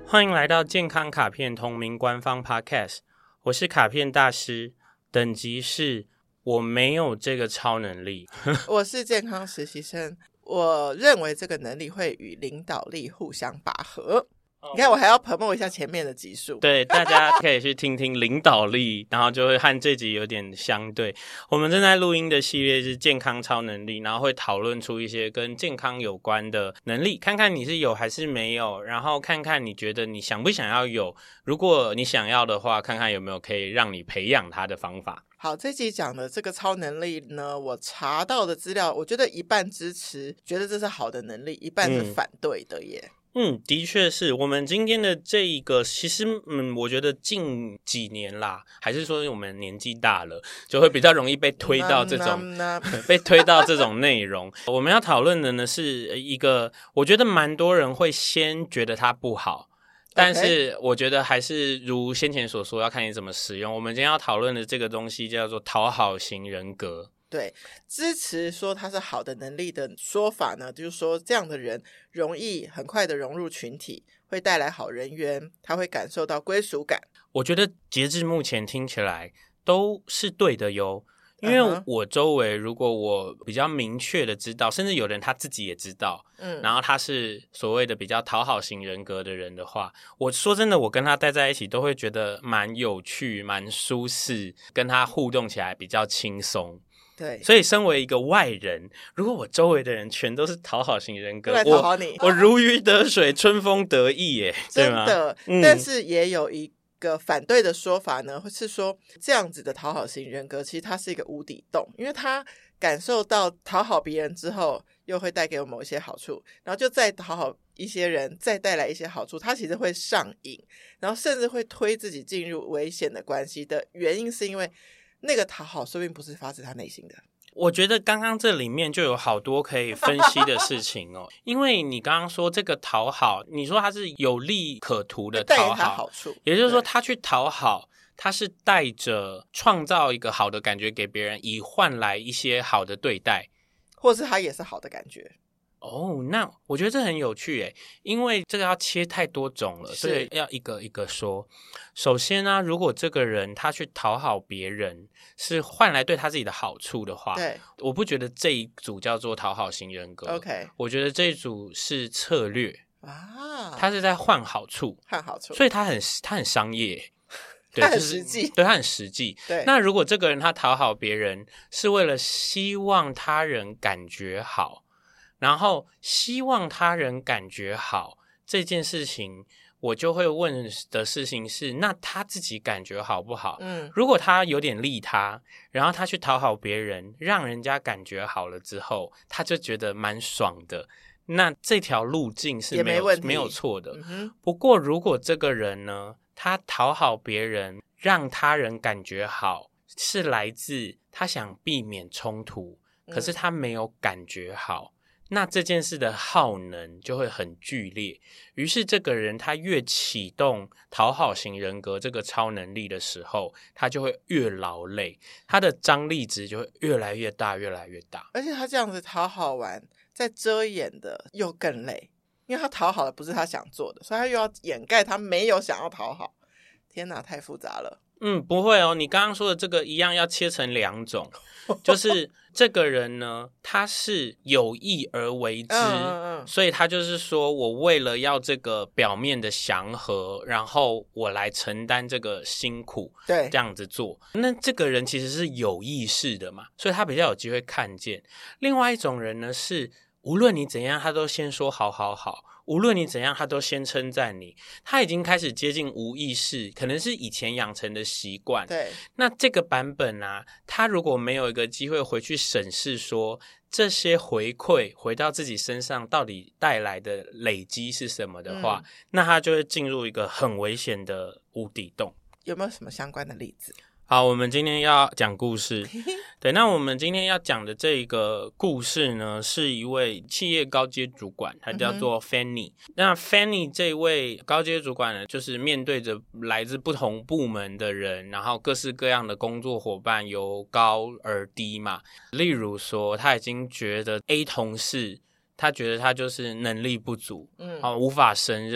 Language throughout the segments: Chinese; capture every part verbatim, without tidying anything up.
欢迎来到健康卡片同名官方 Podcast， 我是卡片大师，等级是我没有这个超能力。 我是健康实习生，我认为这个能力会与领导力互相拔河。你看我还要 promote 一下前面的集数， 对，大家可以去听听领导力，然后就会和这集有点相对。我们正在录音的系列是健康超能力，然后会讨论出一些跟健康有关的能力，看看你是有还是没有，然后看看你觉得你想不想要有，如果你想要的话，看看有没有可以让你培养它的方法。 好，这集讲的这个超能力呢，我查到的资料，我觉得一半支持，觉得这是好的能力，一半是反对的耶。 嗯嗯，的确是我们今天的这一个，其实嗯，我觉得近几年啦，还是说我们年纪大了，就会比较容易被推到这种被推到这种内容。我们要讨论的呢是一个，我觉得蛮多人会先觉得它不好，但是我觉得还是如先前所说，要看你怎么使用。我们今天要讨论的这个东西叫做讨好型人格。 对，支持说他是好的能力的说法呢，就是说这样的人容易很快的融入群体，会带来好人缘，他会感受到归属感。 我觉得截至目前听起来都是对的哟，因为我周围如果我比较明确的知道，甚至有人他自己也知道，嗯，然后他是所谓的比较讨好型人格的人的话，我说真的，我跟他待在一起都会觉得蛮有趣蛮舒适，跟他互动起来比较轻松。 对， 所以身为一个外人，如果我周围的人全都是讨好型人格， 来讨好你， 我, 我如鱼得水，春风得意耶， 真的、 嗯、 但是也有一个反对的说法呢，是说这样子的讨好型人格其实它是一个无底洞，因为他感受到讨好别人之后又会带给我某一些好处，然后就再讨好一些人，再带来一些好处，他其实会上瘾，然后甚至会推自己进入危险的关系的原因是因为那个讨好说不定不是发自他内心的。 我觉得刚刚这里面就有好多可以分析的事情哦，因为你刚刚说这个讨好，你说它是有利可图的讨好， 带给他好处， 也就是说他去讨好，他是带着创造一个好的感觉给别人，以换来一些好的对待， 或是他也是好的感觉。 哦，那我觉得这很有趣耶，因为这个要切太多种了，所以要一个一个说。首先呢、啊，如果这个人他去讨好别人，是换来对他自己的好处的话， 对， 我不觉得这一组叫做讨好型人格。 OK， 我觉得这一组是策略啊， 他是在换好处， 换好处， 所以他很他很商业。对， 他很实际、 就是、对，他很实际。 对， 那如果这个人他讨好别人是为了希望他人感觉好，然后希望他人感觉好这件事情，我就会问的事情是，那他自己感觉好不好？嗯，如果他有点利他，然后他去讨好别人，让人家感觉好了之后，他就觉得蛮爽的，那这条路径是没有没, 没有错的、 嗯、 不过如果这个人呢，他讨好别人让他人感觉好，是来自他想避免冲突，可是他没有感觉好、嗯，那这件事的耗能就会很剧烈，于是这个人他越启动讨好型人格这个超能力的时候，他就会越劳累，他的张力值就会越来越大越来越大， 而且他这样子讨好完再遮掩的又更累，因为他讨好的不是他想做的，所以他又要掩盖他没有想要讨好。天哪，太复杂了。 嗯，不会哦，你刚刚说的这个一样要切成两种，就是这个人呢，他是有意而为之，嗯嗯嗯，所以他就是说我为了要这个表面的祥和，然后我来承担这个辛苦， 对， 这样子做，那这个人其实是有意识的嘛，所以他比较有机会看见。另外一种人呢，是无论你怎样，他都先说好好好，无论你怎样他都先称赞你，他已经开始接近无意识，可能是以前养成的习惯。 对， 那这个版本啊，他如果没有一个机会回去审视说这些回馈回到自己身上到底带来的累积是什么的话、嗯、那他就会进入一个很危险的无底洞。 有没有什么相关的例子？ 好，我们今天要讲故事。对，那我们今天要讲的这个故事呢，是一位企业高阶主管，他叫做 Fanny、嗯、那 Fanny 这位高阶主管呢，就是面对着来自不同部门的人，然后各式各样的工作伙伴，由高而低嘛。例如说，他已经觉得 A 同事，他觉得他就是能力不足，嗯，啊，无法胜任，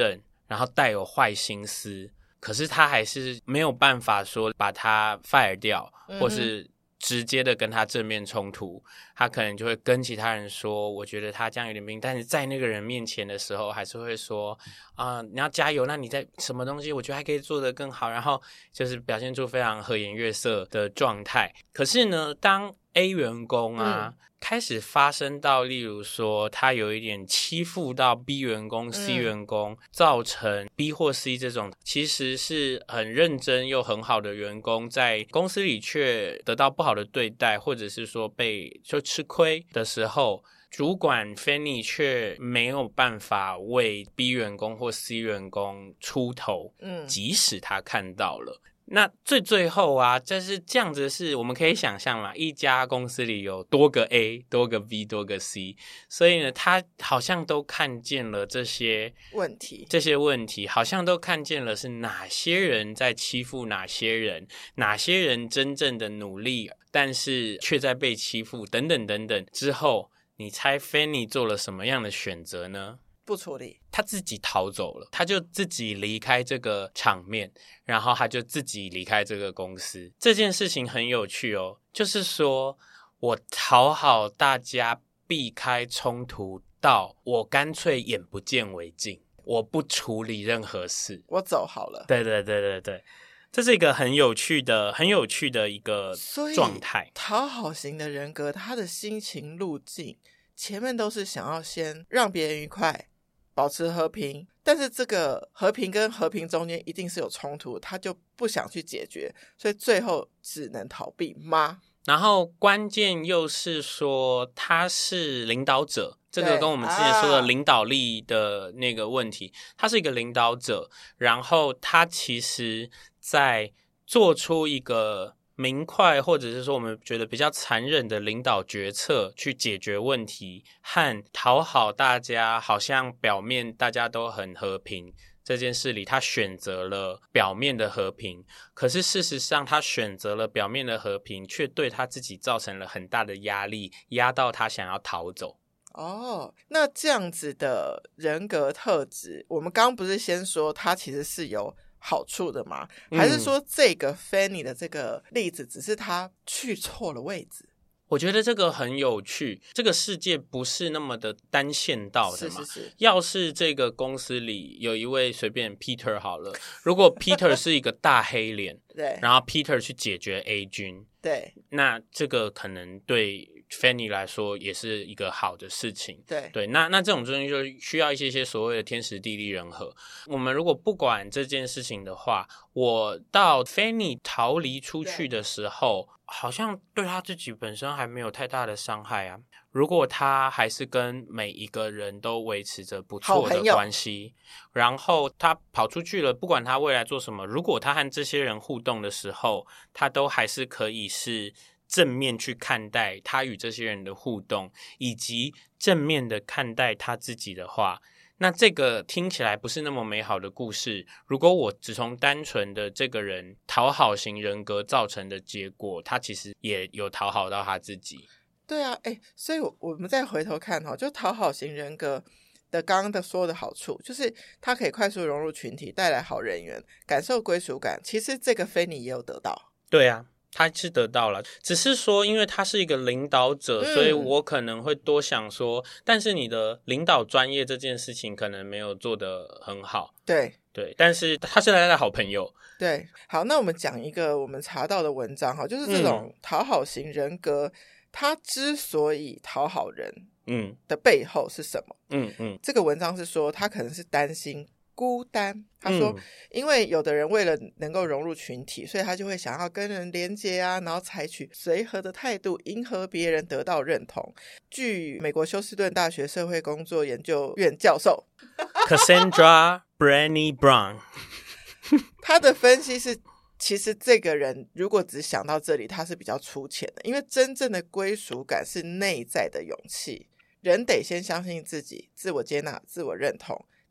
然后带有坏心思，可是他还是没有办法说把他 fire 掉，或是直接的跟他正面冲突，他可能就会跟其他人说我觉得他这样有点病，但是在那个人面前的时候还是会说啊、呃，你要加油，那你在什么东西我觉得还可以做得更好，然后就是表现出非常和颜悦色的状态。可是呢，当 A 员工啊、嗯、开始发生到例如说他有一点欺负到 B 员工 C 员工、嗯、造成 B 或 C 这种其实是很认真又很好的员工在公司里却得到不好的对待，或者是说被就吃亏的时候，主管 Fanny 却没有办法为 B 员工或 C 员工出头，嗯，即使他看到了。那最最后啊，就是这样子的事，我们可以想象嘛，一家公司里有多个 A 多个 B 多个 C， 所以呢他好像都看见了这些问题这些问题好像都看见了是哪些人在欺负哪些人，哪些人真正的努力但是却在被欺负等等等等之后，你猜 Fanny 做了什么样的选择呢？ 不处理， 他自己逃走了，他就自己离开这个场面，然后他就自己离开这个公司。这件事情很有趣哦，就是说我讨好大家，避开冲突，到我干脆眼不见为净，我不处理任何事， 我走好了。 对对对对对，这是一个很有趣的很有趣的一个状态。 讨好型的人格，他的心情路径前面都是想要先让别人愉快，保持和平，但是这个和平跟和平中间一定是有冲突，他就不想去解决，所以最后只能逃避吗？ 然后关键又是说他是领导者，这个跟我们之前说的领导力的那个问题、啊、他是一个领导者，然后他其实在做出一个明快或者是说我们觉得比较残忍的领导决策去解决问题，和讨好大家好像表面大家都很和平这件事里，他选择了表面的和平，可是事实上他选择了表面的和平，却对他自己造成了很大的压力，压到他想要逃走。 哦，那这样子的人格特质，我们刚刚不是先说他其实是有好处的吗？还是说这个 Fanny 的这个例子只是他去错了位置？ 我觉得这个很有趣，这个世界不是那么的单线道的嘛。 是是是， 要是这个公司里有一位随便 Peter 好了，如果 Peter 是一个大黑脸对， 然后 Peter 去解决 A 君， 对， 那这个可能对 Fanny 来说也是一个好的事情。 对对，那那这种东西就需要一些些所谓的天时地利人和。我们如果不管这件事情的话，我到 Fanny 逃离出去的时候，好像对他自己本身还没有太大的伤害啊。如果他还是跟每一个人都维持着不错的关系，然后他跑出去了，不管他未来做什么，如果他和这些人互动的时候，他都还是可以是正面去看待他与这些人的互动，以及正面的看待他自己的话，那这个听起来不是那么美好的故事，如果我只从单纯的这个人讨好型人格造成的结果，他其实也有讨好到他自己。 对啊，哎，所以我们再回头看哈，就讨好型人格的刚刚的说的好处，就是他可以快速融入群体，带来好人缘，感受归属感。其实这个Fanny也有得到。 对啊，他是得到了，只是说因为他是一个领导者、嗯、所以我可能会多想说，但是你的领导专业这件事情可能没有做得很好。 对对，但是他是他的好朋友。 对，好，那我们讲一个我们查到的文章哈，就是这种讨好型人格、嗯、他之所以讨好人嗯的背后是什么？嗯嗯，这个文章是说他可能是担心孤单，他说、嗯、因为有的人为了能够融入群体，所以他就会想要跟人连结啊，然后采取随和的态度迎合别人，得到认同。据美国休斯顿大学社会工作研究院教授 Cassandra Branney Brown 他的分析是，其实这个人如果只想到这里，他是比较粗浅的，因为真正的归属感是内在的勇气，人得先相信自己，自我接纳，自我认同，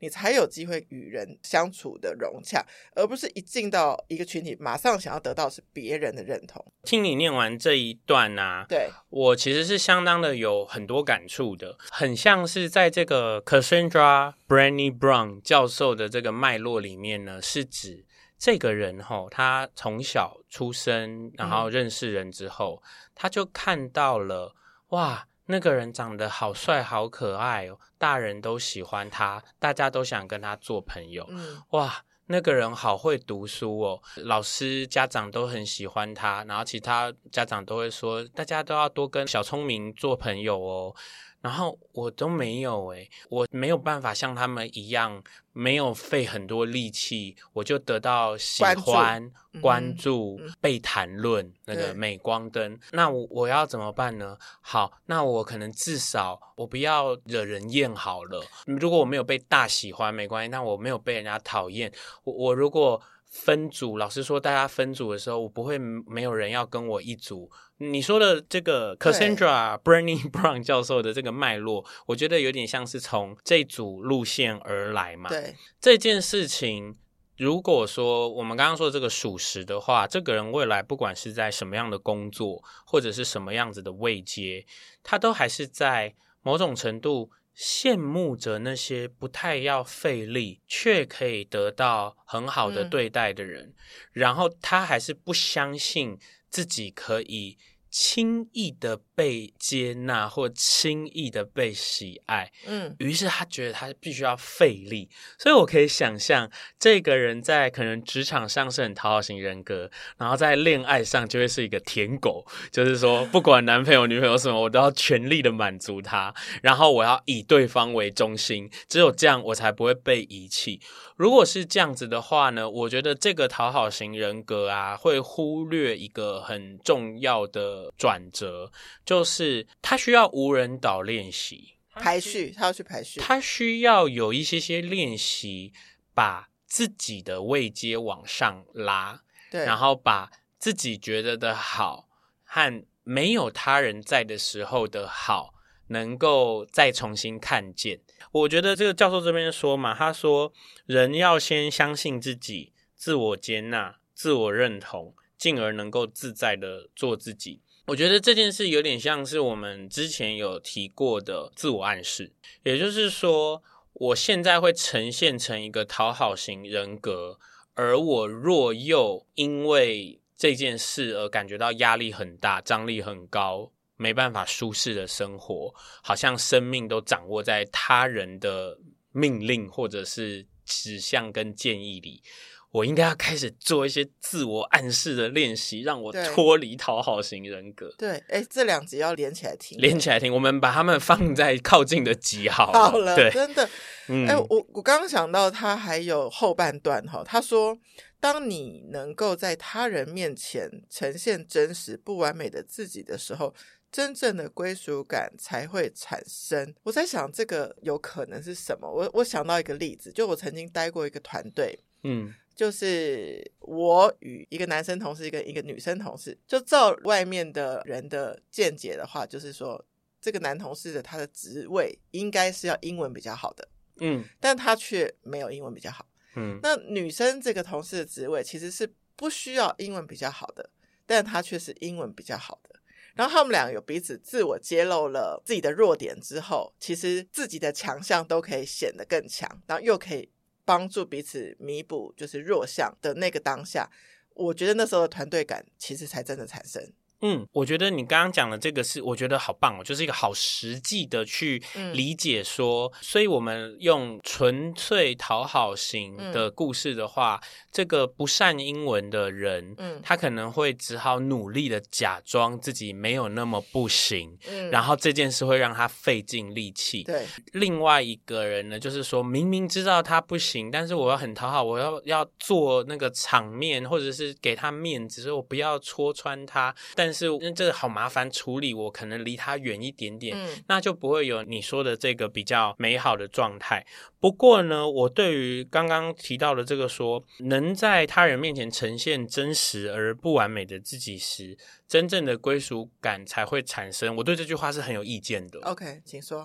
你才有机会与人相处的融洽，而不是一进到一个群体马上想要得到是别人的认同。 听你念完这一段啊， 对， 我其实是相当的有很多感触的，很像是在这个 Cassandra Brené Brown 教授的这个脉络里面呢，是指这个人齁，他从小出生，然后认识人之后，嗯、他就看到了，哇，那个人长得好帅好可爱哦，大人都喜欢他，大家都想跟他做朋友，嗯、哇，那个人好会读书哦，老师家长都很喜欢他，然后其他家长都会说大家都要多跟小聪明做朋友哦。然后我都没有诶，我没有办法像他们一样没有费很多力气我就得到喜欢关注、嗯、被谈论那个镁光灯，那我我要怎么办呢？好，那我可能至少我不要惹人厌好了，如果我没有被大喜欢没关系，那我没有被人家讨厌，我我如果分组，老师说大家分组的时候我不会没有人要跟我一组。你说的这个 Cassandra Brené Brown 教授的这个脉络，我觉得有点像是从这组路线而来嘛。 对， 这件事情如果说我们刚刚说的这个属实的话，这个人未来不管是在什么样的工作或者是什么样子的位阶，他都还是在某种程度羡慕着那些不太要费力却可以得到很好的对待的人、嗯、然后他还是不相信自己可以轻易的被接纳或轻易的被喜爱，嗯，于是他觉得他必须要费力，所以我可以想象这个人在可能职场上是很讨好型人格，然后在恋爱上就会是一个舔狗，就是说不管男朋友女朋友什么我都要全力的满足他，然后我要以对方为中心，只有这样我才不会被遗弃。如果是这样子的话呢，我觉得这个讨好型人格啊会忽略一个很重要的转折，就是他需要无人导练习排序，他要去排序， 他需要有一些些练习把自己的位阶往上拉，对，然后把自己觉得的好和没有他人在的时候的好能够再重新看见。我觉得这个教授这边说嘛，他说人要先相信自己，自我接纳，自我认同，进而能够自在的做自己。我觉得这件事有点像是我们之前有提过的自我暗示，也就是说我现在会呈现成一个讨好型人格，而我若又因为这件事而感觉到压力很大，张力很高，没办法舒适的生活，好像生命都掌握在他人的命令或者是指向跟建议里，我应该要开始做一些自我暗示的练习，让我脱离讨好型人格。 对，哎，这两集要连起来听， 连起来听，我们把它们放在靠近的集好了。 好了，对，真的，嗯，哎，我我刚刚想到他还有后半段哈，他说，当你能够在他人面前呈现真实不完美的自己的时候，真正的归属感才会产生。我在想这个有可能是什么，我我想到一个例子，就我曾经待过一个团队，嗯，就是我与一个男生同事跟一个女生同事，就照外面的人的见解的话，就是说这个男同事的他的职位应该是要英文比较好的，嗯，但他却没有英文比较好，嗯，那女生这个同事的职位其实是不需要英文比较好的，但他却是英文比较好的。然后他们俩有彼此自我揭露了自己的弱点之后，其实自己的强项都可以显得更强，然后又可以帮助彼此弥补就是弱项的那个当下，我觉得那时候的团队感其实才真的产生。 嗯，我觉得你刚刚讲的这个是我觉得好棒哦，就是一个好实际的去理解说、嗯、所以我们用纯粹讨好型的故事的话、嗯、这个不善英文的人、嗯、他可能会只好努力的假装自己没有那么不行、嗯、然后这件事会让他费尽力气。 对， 另外一个人呢，就是说明明知道他不行，但是我要很讨好，我要要做那个场面或者是给他面子，所以我不要戳穿他，但但是这个好麻烦处理，我可能离他远一点点、嗯、那就不会有你说的这个比较美好的状态。不过呢，我对于刚刚提到的这个说能在他人面前呈现真实而不完美的自己时，真正的归属感才会产生，我对这句话是很有意见的。 OK， 请说。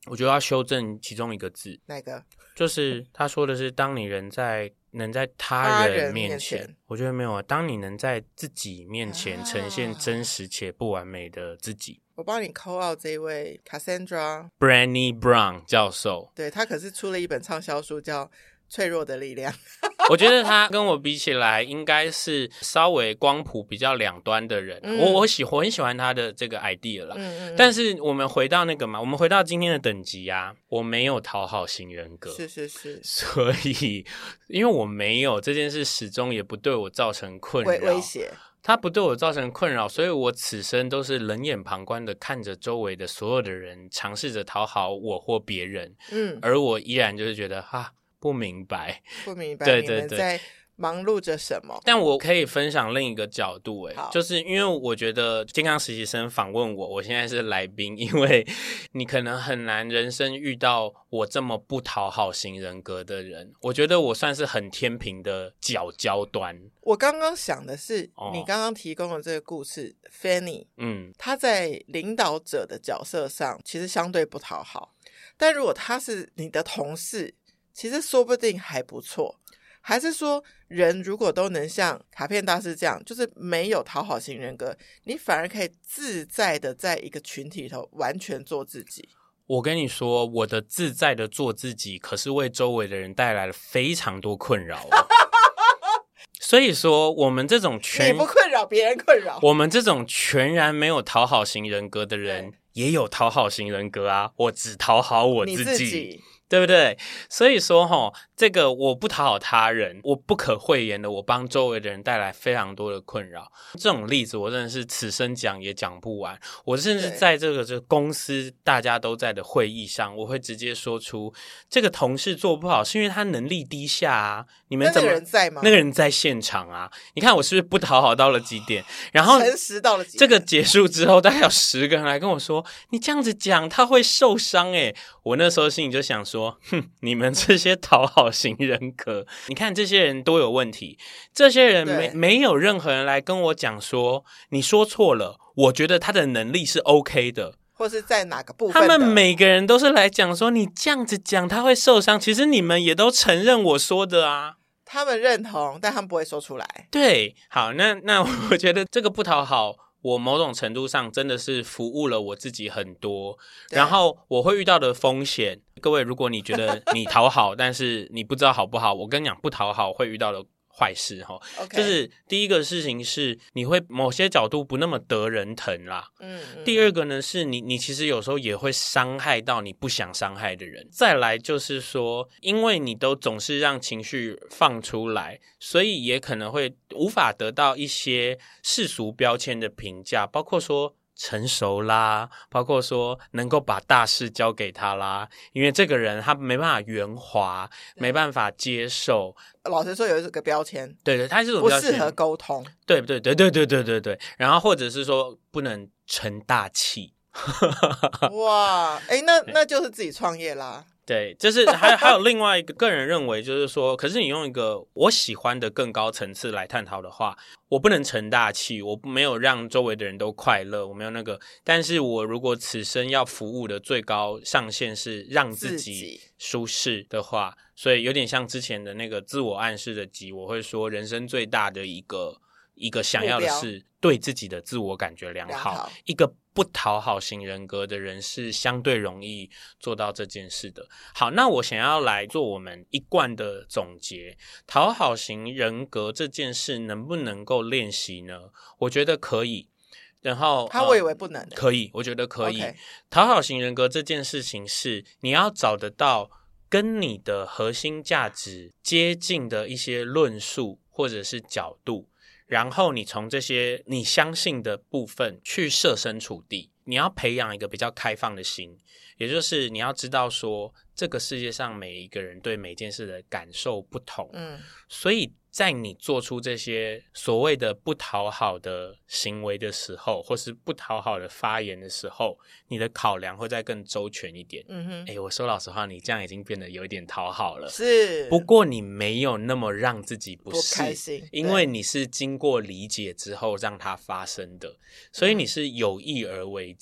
我觉得要修正其中一个字。 哪个？ 就是他说的是当你人在能在他人面前, 面前我觉得没有啊，当你能在自己面前呈现真实且不完美的自己。 我帮你 call out 这一位 Cassandra Brené Brown 教授， 对，他可是出了一本畅销书叫脆弱的力量。 我觉得他跟我比起来应该是稍微光谱比较两端的人、嗯、我我喜我很喜欢他的这个 idea 啦、嗯嗯、但是我们回到那个嘛，我们回到今天的等级啊，我没有讨好型人格， 是是是， 所以因为我没有这件事始终也不对我造成困扰威胁， 它不对我造成困扰，所以我此生都是冷眼旁观的看着周围的所有的人尝试着讨好我或别人，嗯，而我依然就是觉得哈不明白不明白对对对， 你们在忙碌着什么。 但我可以分享另一个角度耶，就是因为我觉得健康实习生访问我，我现在是来宾，因为你可能很难人生遇到我这么不讨好型人格的人，我觉得我算是很天平的角交端。 我刚刚想的是、哦、你刚刚提供的这个故事 Fanny 嗯，他在领导者的角色上其实相对不讨好，但如果他是你的同事，其实说不定还不错。还是说人如果都能像卡片大师这样，就是没有讨好型人格，你反而可以自在的在一个群体里头完全做自己。 我跟你说，我的自在的做自己可是为周围的人带来了非常多困扰、哦、所以说我们这种全你不困扰别人困扰， 我们这种全然没有讨好型人格的人也有讨好型人格啊，我只讨好我自己， 你自己对不对？所以说齁，这个我不讨好他人，我不可讳言的我帮周围的人带来非常多的困扰，这种例子我真的是此生讲也讲不完。我甚至在这个这个公司大家都在的会议上，我会直接说出这个同事做不好是因为他能力低下啊，你们怎么那个人在吗？ 那个人在现场啊，你看我是不是不讨好到了极点，然后诚实到了极点。 这个结束之后大概有十个人来跟我说你这样子讲他会受伤耶，我那时候心里就想说哼，你们这些讨好型人格，你看这些人都有问题，这些人没没有任何人来跟我讲说你说错了，我觉得他的能力是 OK 的， 或是在哪个部分的， 他们每个人都是来讲说你这样子讲他会受伤，其实你们也都承认我说的啊， 他们认同，但他们不会说出来。 对，好，那那我觉得这个不讨好我某种程度上真的是服务了我自己很多，然后我会遇到的风险，各位如果你觉得你讨好但是你不知道好不好，我跟你讲不讨好会遇到的坏事、okay. 就是第一个事情是你会某些角度不那么得人疼啦，嗯嗯，第二个呢是你你其实有时候也会伤害到你不想伤害的人，再来就是说因为你都总是让情绪放出来，所以也可能会无法得到一些世俗标签的评价，包括说成熟啦，包括说能够把大事交给他啦，因为这个人他没办法圆滑，没办法接受， 老实说有一个标签， 对对，他是不适合沟通， 对对对对对对对对，然后或者是说不能成大器哇，诶那那就是自己创业啦。 对，就是还还有另外一个个人认为就是说，可是你用一个我喜欢的更高层次来探讨的话，我不能成大器，我没有让周围的人都快乐，我没有那个，但是我如果此生要服务的最高上限是让自己舒适的话，所以有点像之前的那个自我暗示的集，我会说人生最大的一个一个想要的是对自己的自我感觉良好, 良好一个不讨好型人格的人是相对容易做到这件事的。好，那我想要来做我们一贯的总结，讨好型人格这件事能不能够练习呢？我觉得可以，然后他我以为不能、呃、 可以，我觉得可以、 okay. 讨好型人格这件事情是你要找得到跟你的核心价值接近的一些论述或者是角度，然后你从这些你相信的部分去设身处地，你要培养一个比较开放的心，也就是你要知道说这个世界上每一个人对每件事的感受不同，嗯，所以在你做出这些所谓的不讨好的行为的时候，或是不讨好的发言的时候，你的考量会再更周全一点。嗯哼，诶，我说老实话，你这样已经变得有一点讨好了， 是， 不过你没有那么让自己不适， 不开心， 因为你是经过理解之后让它发生的，所以你是有意而为之。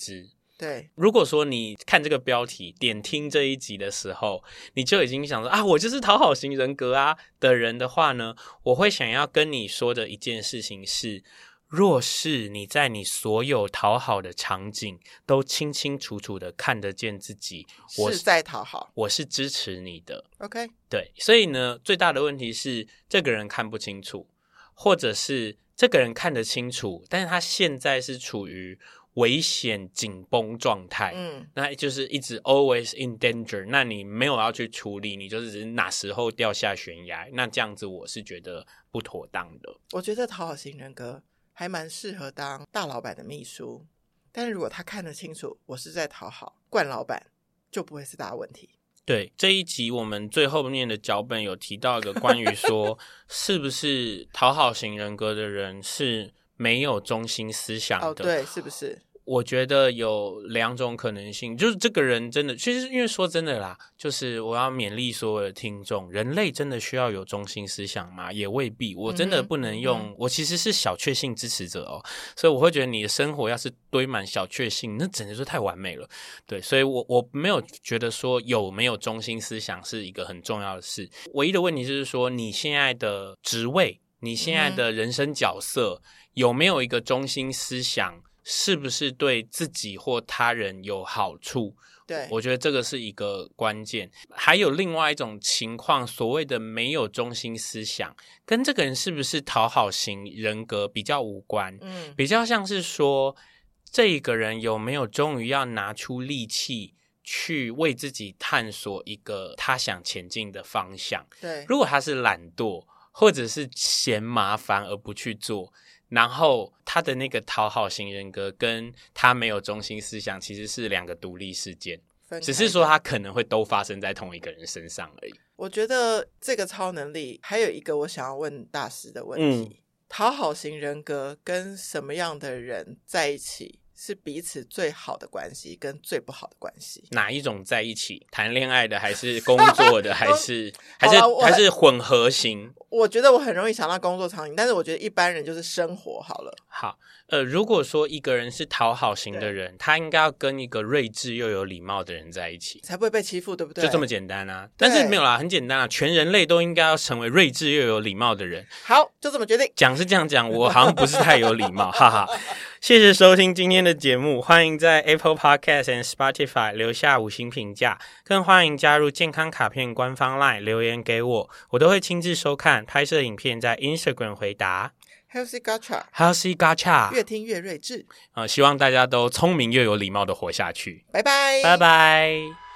对， 如果说你看这个标题点听这一集的时候，你就已经想说啊，我就是讨好型人格啊的人的话呢，我会想要跟你说的一件事情是，若是你在你所有讨好的场景都清清楚楚的看得见自己，我是在讨好， 我是支持你的。 OK， 对，所以呢最大的问题是这个人看不清楚，或者是这个人看得清楚，但是他现在是处于危险紧绷状态，嗯，那就是一直 always in danger， 那你没有要去处理，你就是只是哪时候掉下悬崖，那这样子我是觉得不妥当的。 我觉得讨好型人格还蛮适合当大老板的秘书，但是如果他看得清楚我是在讨好冠老板，就不会是大问题。 对，这一集我们最后面的脚本有提到一个关于说是不是讨好型人格的人是没有中心思想的。 哦，对，是不是？ 我觉得有两种可能性，就是这个人真的，其实因为说真的啦，就是我要勉励所有的听众，人类真的需要有中心思想吗？也未必。我真的不能用、嗯、我其实是小确幸支持者哦，所以我会觉得你的生活要是堆满小确幸，那简直就太完美了。对，所以我我没有觉得说有没有中心思想是一个很重要的事，唯一的问题就是说你现在的职位，你现在的人生角色、嗯、有没有一个中心思想，是不是对自己或他人有好处？ 对， 我觉得这个是一个关键。还有另外一种情况，所谓的没有中心思想，跟这个人是不是讨好型人格比较无关，嗯，比较像是说这个人有没有终于要拿出力气去为自己探索一个他想前进的方向。 对， 如果他是懒惰或者是嫌麻烦而不去做，然后他的那个讨好型人格跟他没有中心思想其实是两个独立事件，只是说他可能会都发生在同一个人身上而已。 我觉得这个超能力还有一个我想要问大师的问题、嗯、讨好型人格跟什么样的人在一起是彼此最好的关系跟最不好的关系？ 哪一种在一起？谈恋爱的还是工作的还是还是还是混合型？ 我觉得我很容易想到工作场景，但是我觉得一般人就是生活好了。 好，呃，如果说一个人是讨好型的人，他应该要跟一个睿智又有礼貌的人在一起， 才不会被欺负，对不对？ 就这么简单啊！但是没有啦，很简单啊，全人类都应该要成为睿智又有礼貌的人。 好，就这么决定。 讲是这样讲，我好像不是太有礼貌，哈哈。谢谢收听今天的节目，欢迎在 Apple Podcast and Spotify 留下五星评价，更欢迎加入健康卡片官方 LINE 留言给我，我都会亲自收看，拍摄影片在 Instagram 回答。 Healthy Gacha Healthy Gacha 越听越睿智、 呃、希望大家都聪明又有礼貌的活下去。 拜拜， 拜拜。